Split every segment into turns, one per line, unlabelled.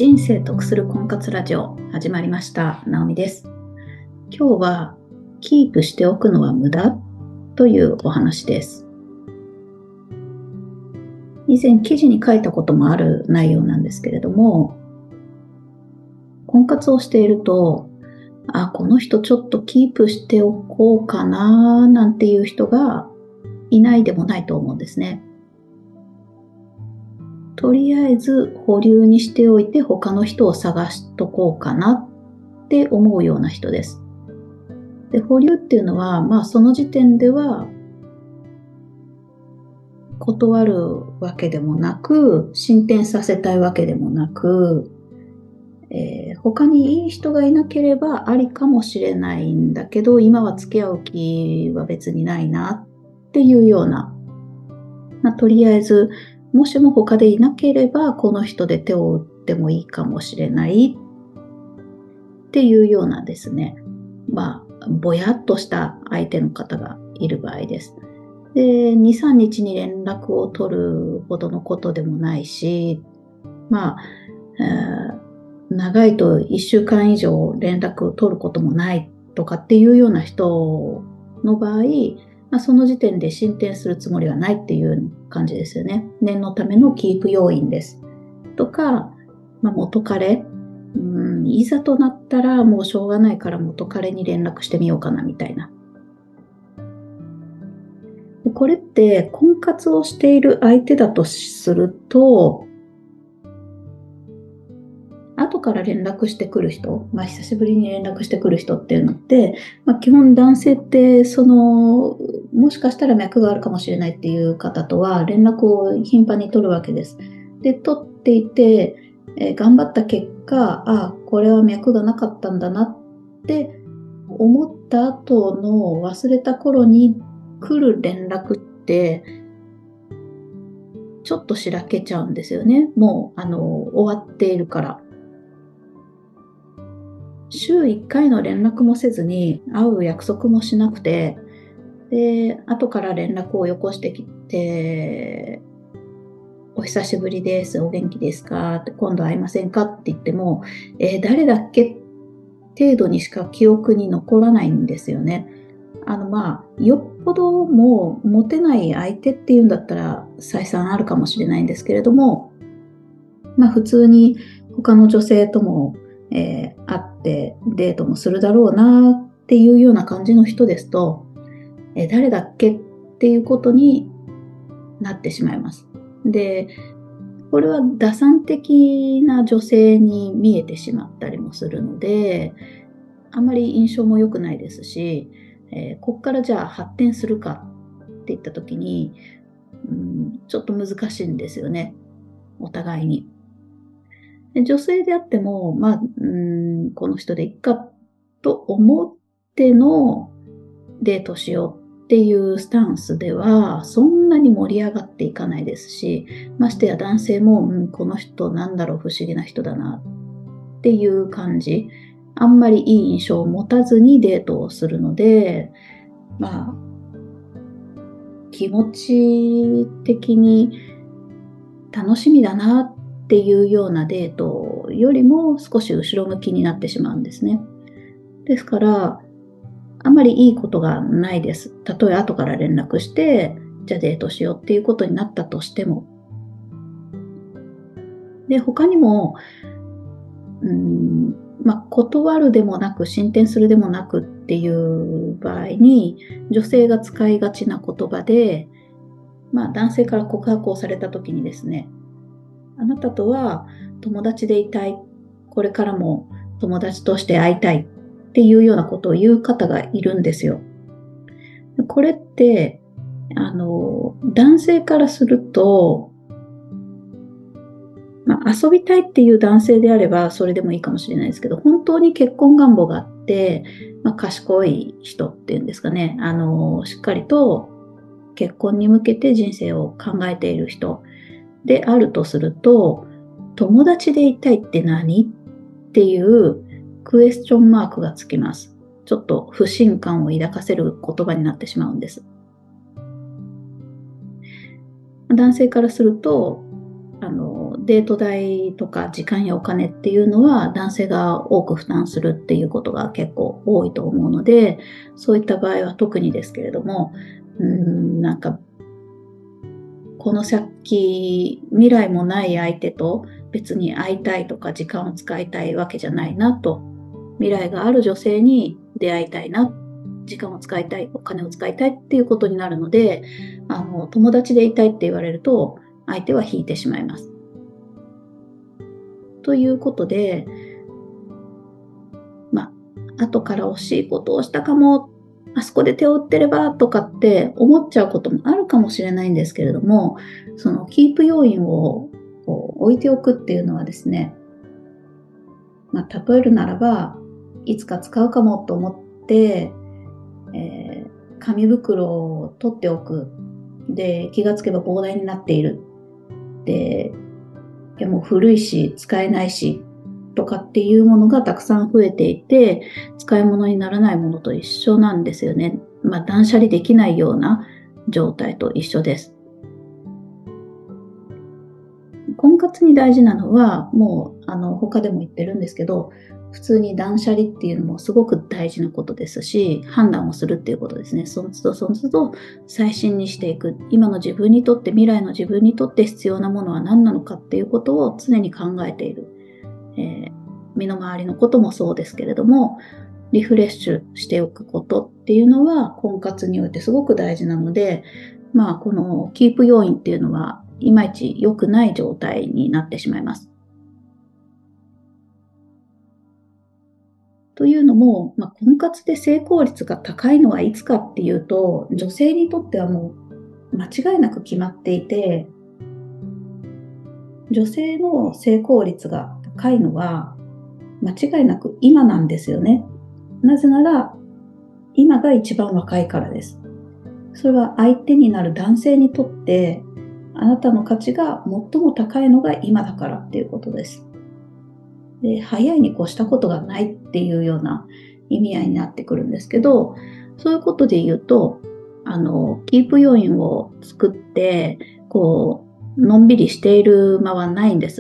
人生得する婚活ラジオ始まりました。なおみです。今日はキープしておくのは無駄というお話です。以前記事に書いたこともある内容なんですけれども、婚活をしていると、この人ちょっとキープしておこうかななんていう人がいないでもないと思うんですね。とりあえず保留にしておいて他の人を探しとこうかなって思うような人です。で、保留っていうのは、その時点では断るわけでもなく、進展させたいわけでもなく、他にいい人がいなければありかもしれないんだけど、今は付き合う気は別にないなっていうような、とりあえず、もしも他でいなければ、この人で手を打ってもいいかもしれないっていうようなですね、ぼやっとした相手の方がいる場合です。で、2、3日に連絡を取るほどのことでもないし、長いと1週間以上連絡を取ることもないとかっていうような人の場合、その時点で進展するつもりはないっていう感じですよね。念のためのキープ要因です。とか、元彼、いざとなったらもうしょうがないから元彼に連絡してみようかなみたいな。これって婚活をしている相手だとすると、後から連絡してくる人、久しぶりに連絡してくる人っていうのって、基本男性ってもしかしたら脈があるかもしれないっていう方とは連絡を頻繁に取るわけです。で、取っていて、頑張った結果、これは脈がなかったんだなって思った後の忘れた頃に来る連絡ってちょっとしらけちゃうんですよね。もう終わっているから。週1回の連絡もせずに会う約束もしなくて、で、後から連絡をよこしてきて、お久しぶりです、お元気ですかって、今度会いませんかって言っても、誰だっけ程度にしか記憶に残らないんですよね。よっぽどもうモテない相手っていうんだったら採算あるかもしれないんですけれども、普通に他の女性とも、会ってデートもするだろうなっていうような感じの人ですと、誰だっけっていうことになってしまいます。で、これは打算的な女性に見えてしまったりもするので、あまり印象も良くないですし、ここからじゃあ発展するかっていった時に、ちょっと難しいんですよね、お互いに。で、女性であっても、この人でいいかと思ってのデートしようっていうスタンスでは、そんなに盛り上がっていかないですし、ましてや男性も、この人なんだろう、不思議な人だなっていう感じ。あんまりいい印象を持たずにデートをするので、気持ち的に楽しみだなっていうようなデートよりも少し後ろ向きになってしまうんですね。ですから、あまりいいことがないです。たとえ後から連絡して、じゃあデートしようっていうことになったとしても。で、他にも、断るでもなく、進展するでもなくっていう場合に、女性が使いがちな言葉で、男性から告白をされた時にですね、あなたとは友達でいたい、これからも友達として会いたいっていうようなことを言う方がいるんですよ。これって、男性からすると、遊びたいっていう男性であればそれでもいいかもしれないですけど、本当に結婚願望があって、賢い人っていうんですかね、しっかりと結婚に向けて人生を考えている人であるとすると、友達でいたいって何っていうクエスチョンマークがつきます。ちょっと不信感を抱かせる言葉になってしまうんです。男性からすると、 デート代とか時間やお金っていうのは男性が多く負担するっていうことが結構多いと思うので、そういった場合は特にですけれども、なんか、この先、未来もない相手と別に会いたいとか時間を使いたいわけじゃないなと、未来がある女性に出会いたいな、時間を使いたい、お金を使いたいっていうことになるので、友達でいたいって言われると、相手は引いてしまいます。ということで、後から惜しいことをしたかも、あそこで手を打ってればとかって思っちゃうこともあるかもしれないんですけれども、そのキープ要因を置いておくっていうのはですね、例えるならば、いつか使うかもと思って、紙袋を取っておく。で、気がつけば膨大になっている。で、いやもう古いし、使えないし、とかっていうものがたくさん増えていて、使い物にならないものと一緒なんですよね。断捨離できないような状態と一緒です。婚活に大事なのは、もう他でも言ってるんですけど、普通に断捨離っていうのもすごく大事なことですし、判断をするっていうことですね。その都度その都度最新にしていく。今の自分にとって、未来の自分にとって必要なものは何なのかっていうことを常に考えている。身の回りのこともそうですけれども、リフレッシュしておくことっていうのは婚活においてすごく大事なので、このキープ要因っていうのはいまいち良くない状態になってしまいます。というのも、婚活で成功率が高いのはいつかっていうと、女性にとってはもう間違いなく決まっていて、女性の成功率が高いのは間違いなく今なんですよね。なぜなら、今が一番若いからです。それは相手になる男性にとって、あなたの価値が最も高いのが今だからっていうことです。で、早いに越したことがないっていうような意味合いになってくるんですけど、そういうことで言うと、キープ要因を作って、のんびりしている間はないんです。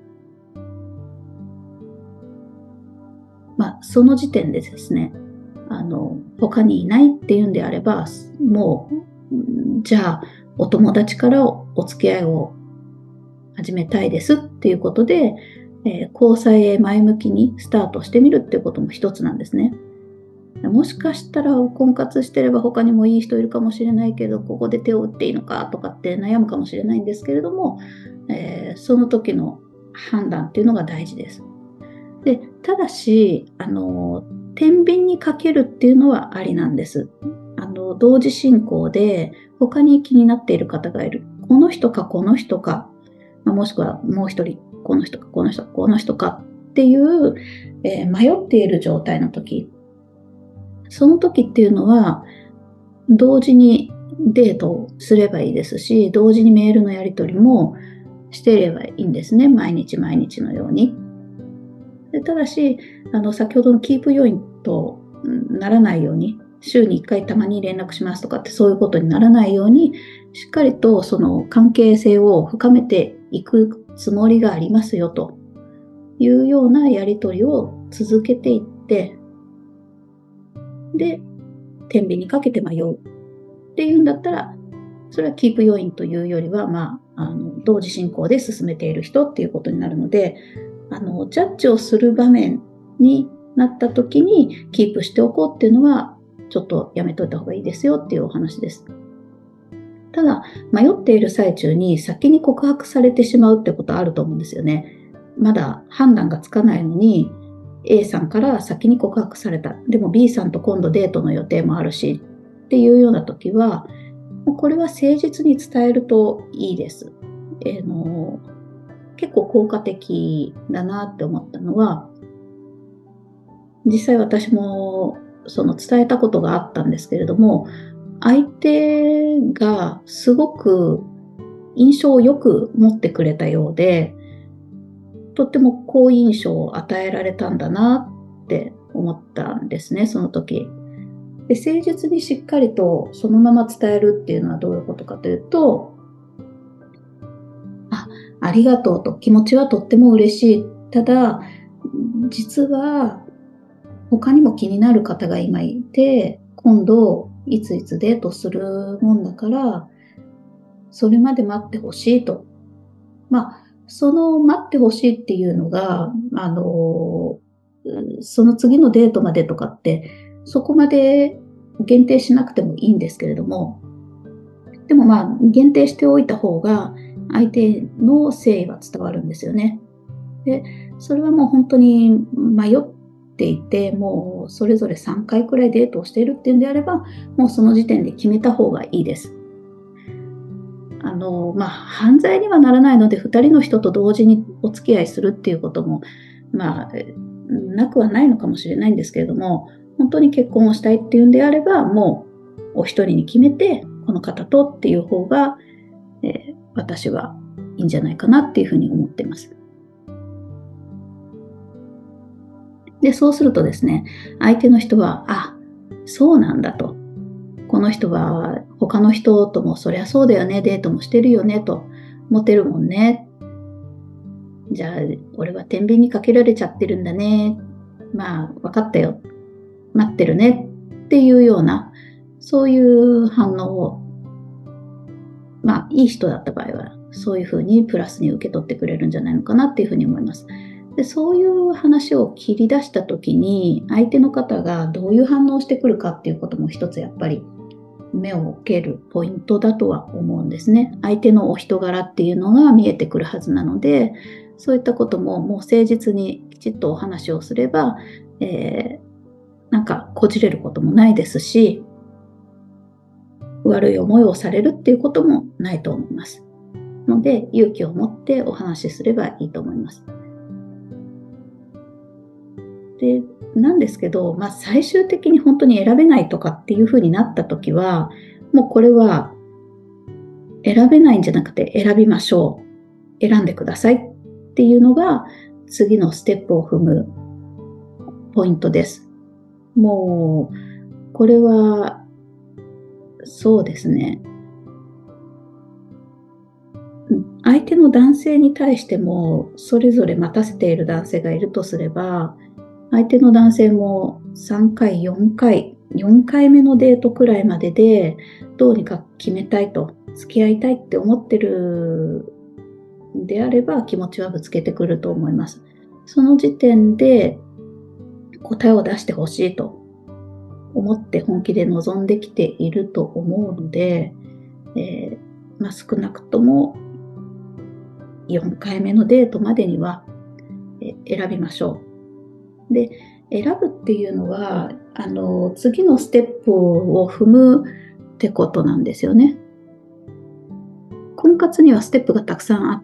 その時点でですね、他にいないっていうんであれば、もう、じゃあ、お友達からお付き合いを始めたいですっていうことで、交際へ前向きにスタートしてみるっていうことも一つなんですね。もしかしたら婚活してれば他にもいい人いるかもしれないけど、ここで手を打っていいのかとかって悩むかもしれないんですけれども、その時の判断っていうのが大事です。で、ただし、天秤にかけるっていうのはありなんです。同時進行で他に気になっている方がいる。この人かこの人か、もしくはもう一人、この人かこの人かこの人かっていう、迷っている状態の時、その時っていうのは、同時にデートをすればいいですし、同時にメールのやり取りもしていればいいんですね。毎日毎日のように。でただし、先ほどのキープ要因とならないように、週に1回たまに連絡しますとかってそういうことにならないように、しっかりとその関係性を深めていくつもりがありますよというようなやり取りを続けていって、で、天秤にかけて迷うっていうんだったら、それはキープ要因というよりは、同時進行で進めている人っていうことになるので、ジャッジをする場面になった時にキープしておこうっていうのは、ちょっとやめといた方がいいですよっていうお話です。ただ、迷っている最中に先に告白されてしまうってことあると思うんですよね。まだ判断がつかないのに、A さんから先に告白された。でも B さんと今度デートの予定もあるしっていうような時は、これは誠実に伝えるといいです。結構効果的だなって思ったのは、実際私もその伝えたことがあったんですけれども、相手がすごく印象をよく持ってくれたようで、とっても好印象を与えられたんだなって思ったんですね、その時。で、誠実にしっかりとそのまま伝えるっていうのはどういうことかというと、 ありがとうと気持ちはとっても嬉しい。ただ、実は他にも気になる方が今いて、今度いついつデートするもんだから、それまで待ってほしいと。その待ってほしいっていうのが、その次のデートまでとかって、そこまで限定しなくてもいいんですけれども、でも限定しておいた方が、相手の誠意は伝わるんですよね。で、それはもう本当に迷っていて、もうそれぞれ3回くらいデートをしているっていうんであれば、もうその時点で決めた方がいいです。犯罪にはならないので、2人の人と同時にお付き合いするっていうことも、なくはないのかもしれないんですけれども、本当に結婚をしたいっていうんであれば、もうお一人に決めて、この方とっていう方が、私はいいんじゃないかなっていうふうに思っています。で、そうするとですね、相手の人は、あ、そうなんだと。この人は他の人ともそりゃそうだよね、デートもしてるよねと、モテるもんね。じゃあ、俺は天秤にかけられちゃってるんだね。分かったよ。待ってるね。っていうような、そういう反応を、いい人だった場合は、そういうふうにプラスに受け取ってくれるんじゃないのかなっていうふうに思います。で、そういう話を切り出したときに、相手の方がどういう反応をしてくるかっていうことも一つやっぱり目を向けるポイントだとは思うんですね。相手のお人柄っていうのが見えてくるはずなので、そういったことももう誠実にきちっとお話をすれば、なんかこじれることもないですし、悪い思いをされるっていうこともないと思います。ので、勇気を持ってお話しすればいいと思います。で、なんですけど、最終的に本当に選べないとかっていうふうになったときは、もうこれは選べないんじゃなくて選びましょう。選んでくださいっていうのが次のステップを踏むポイントです。もう、これは、そうですね。相手の男性に対しても、それぞれ待たせている男性がいるとすれば、相手の男性も3回、4回目のデートくらいまでで、どうにか決めたいと、付き合いたいって思ってるであれば、気持ちはぶつけてくると思います。その時点で答えを出してほしいと思って本気で望んできていると思うので、少なくとも4回目のデートまでには選びましょう。で、選ぶっていうのは、次のステップを踏むってことなんですよね。婚活にはステップがたくさんあって、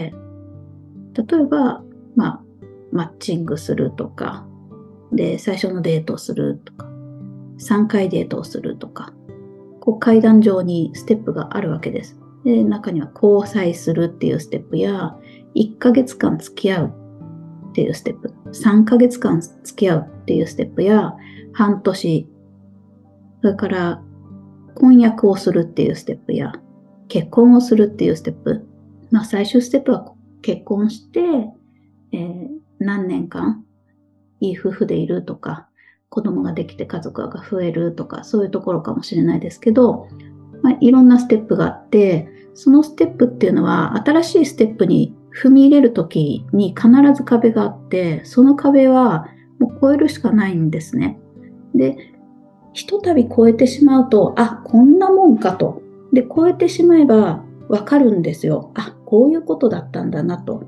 例えば、マッチングするとか、で、最初のデートをするとか、3回デートをするとか、階段上にステップがあるわけです。で、中には交際するっていうステップや、1ヶ月間付き合うっていうステップ、3ヶ月間付き合うっていうステップや、半年、それから婚約をするっていうステップや、結婚をするっていうステップ。最終ステップは結婚して、何年間いい夫婦でいるとか、子供ができて家族が増えるとか、そういうところかもしれないですけど、いろんなステップがあって、そのステップっていうのは、新しいステップに踏み入れるときに必ず壁があって、その壁はもう越えるしかないんですね。で、ひとたび越えてしまうと、あ、こんなもんかと。で、越えてしまえばわかるんですよ。あ、こういうことだったんだなと。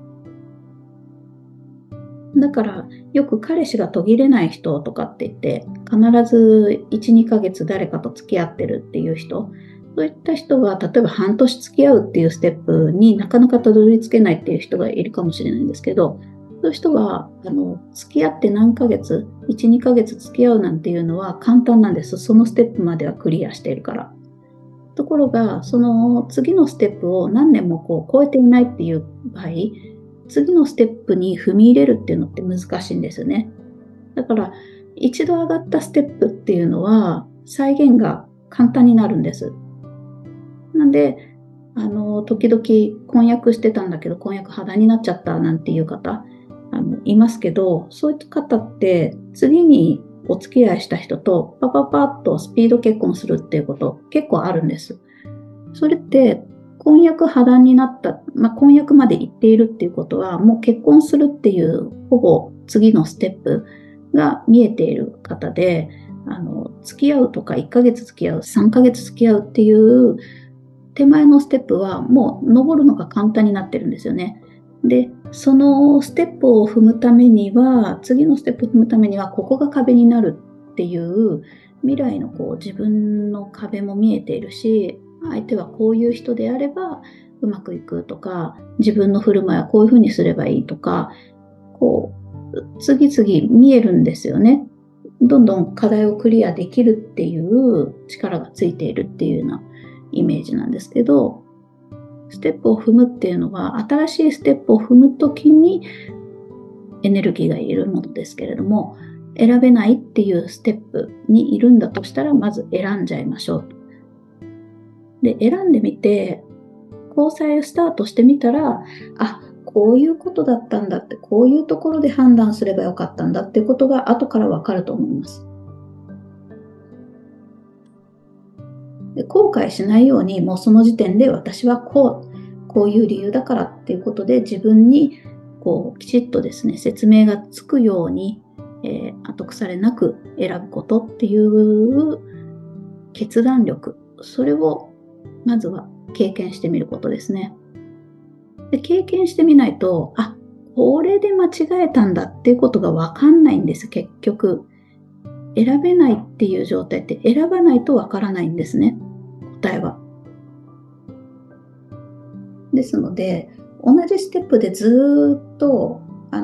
だからよく彼氏が途切れない人とかって言って必ず 1,2 ヶ月誰かと付き合ってるっていう人、そういった人は例えば半年付き合うっていうステップになかなかたどり着けないっていう人がいるかもしれないんですけど、そういう人は付き合って何ヶ月 1,2 ヶ月付き合うなんていうのは簡単なんです。そのステップまではクリアしているから。ところがその次のステップを何年も超えていないっていう場合、次のステップに踏み入れるっていうのって難しいんですよね。だから一度上がったステップっていうのは再現が簡単になるんです。なんで時々婚約してたんだけど、婚約破談になっちゃったなんていう方、いますけど、そういった方って、次にお付き合いした人とパパパッとスピード結婚するっていうこと結構あるんです。それって婚約破談になった、婚約まで行っているっていうことは、もう結婚するっていうほぼ次のステップが見えている方で、付き合うとか1ヶ月付き合う、3ヶ月付き合うっていう手前のステップはもう登るのが簡単になってるんですよね。で、そのステップを踏むためには、次のステップを踏むためには、ここが壁になるっていう未来の自分の壁も見えているし、相手はこういう人であればうまくいくとか、自分の振る舞いはこういうふうにすればいいとか、次々見えるんですよね。どんどん課題をクリアできるっていう力がついているっていうようなイメージなんですけど、ステップを踏むっていうのは、新しいステップを踏むときにエネルギーがいるものですけれども、選べないっていうステップにいるんだとしたら、まず選んじゃいましょう。で、選んでみて、交際をスタートしてみたら、こういうことだったんだって、こういうところで判断すればよかったんだっていうことが後からわかると思います。で、後悔しないように、もうその時点で私はこういう理由だからっていうことで自分にきちっとですね、説明がつくように、後腐れなく選ぶことっていう決断力、それをまずは経験してみることですね。で、経験してみないと、これで間違えたんだっていうことがわかんないんです、結局。選べないっていう状態って選ばないとわからないんですね、答えは。ですので、同じステップでずっと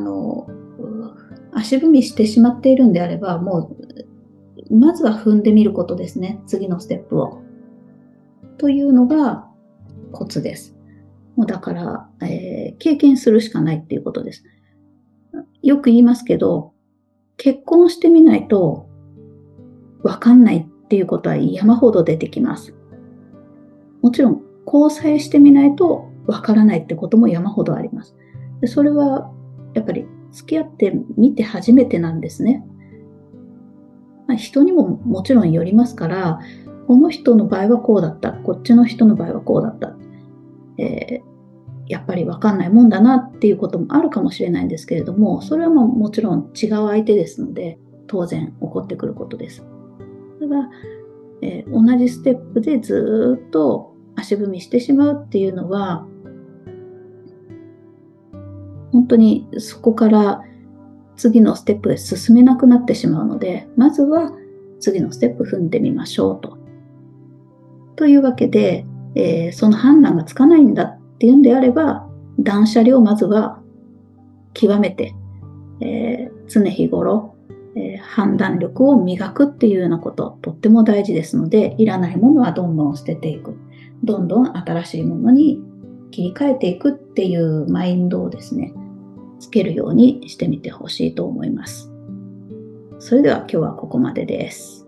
足踏みしてしまっているんであれば、もうまずは踏んでみることですね、次のステップを。というのがコツです。もうだから、経験するしかないっていうことです。よく言いますけど、結婚してみないとわかんないっていうことは山ほど出てきます。もちろん、交際してみないとわからないってことも山ほどあります。で、それはやっぱり付き合ってみて初めてなんですね。人にももちろんよりますから、この人の場合はこうだった、こっちの人の場合はこうだった。やっぱり分かんないもんだなっていうこともあるかもしれないんですけれども、それはもちろん違う相手ですので、当然起こってくることです。ただ、同じステップでずっと足踏みしてしまうっていうのは、本当にそこから次のステップへ進めなくなってしまうので、まずは次のステップ踏んでみましょうと。というわけで、その判断がつかないんだっていうんであれば、断捨離をまずは極めて、常日頃、判断力を磨くっていうようなこと、とっても大事ですので、いらないものはどんどん捨てていく。どんどん新しいものに切り替えていくっていうマインドをですね、つけるようにしてみてほしいと思います。それでは今日はここまでです。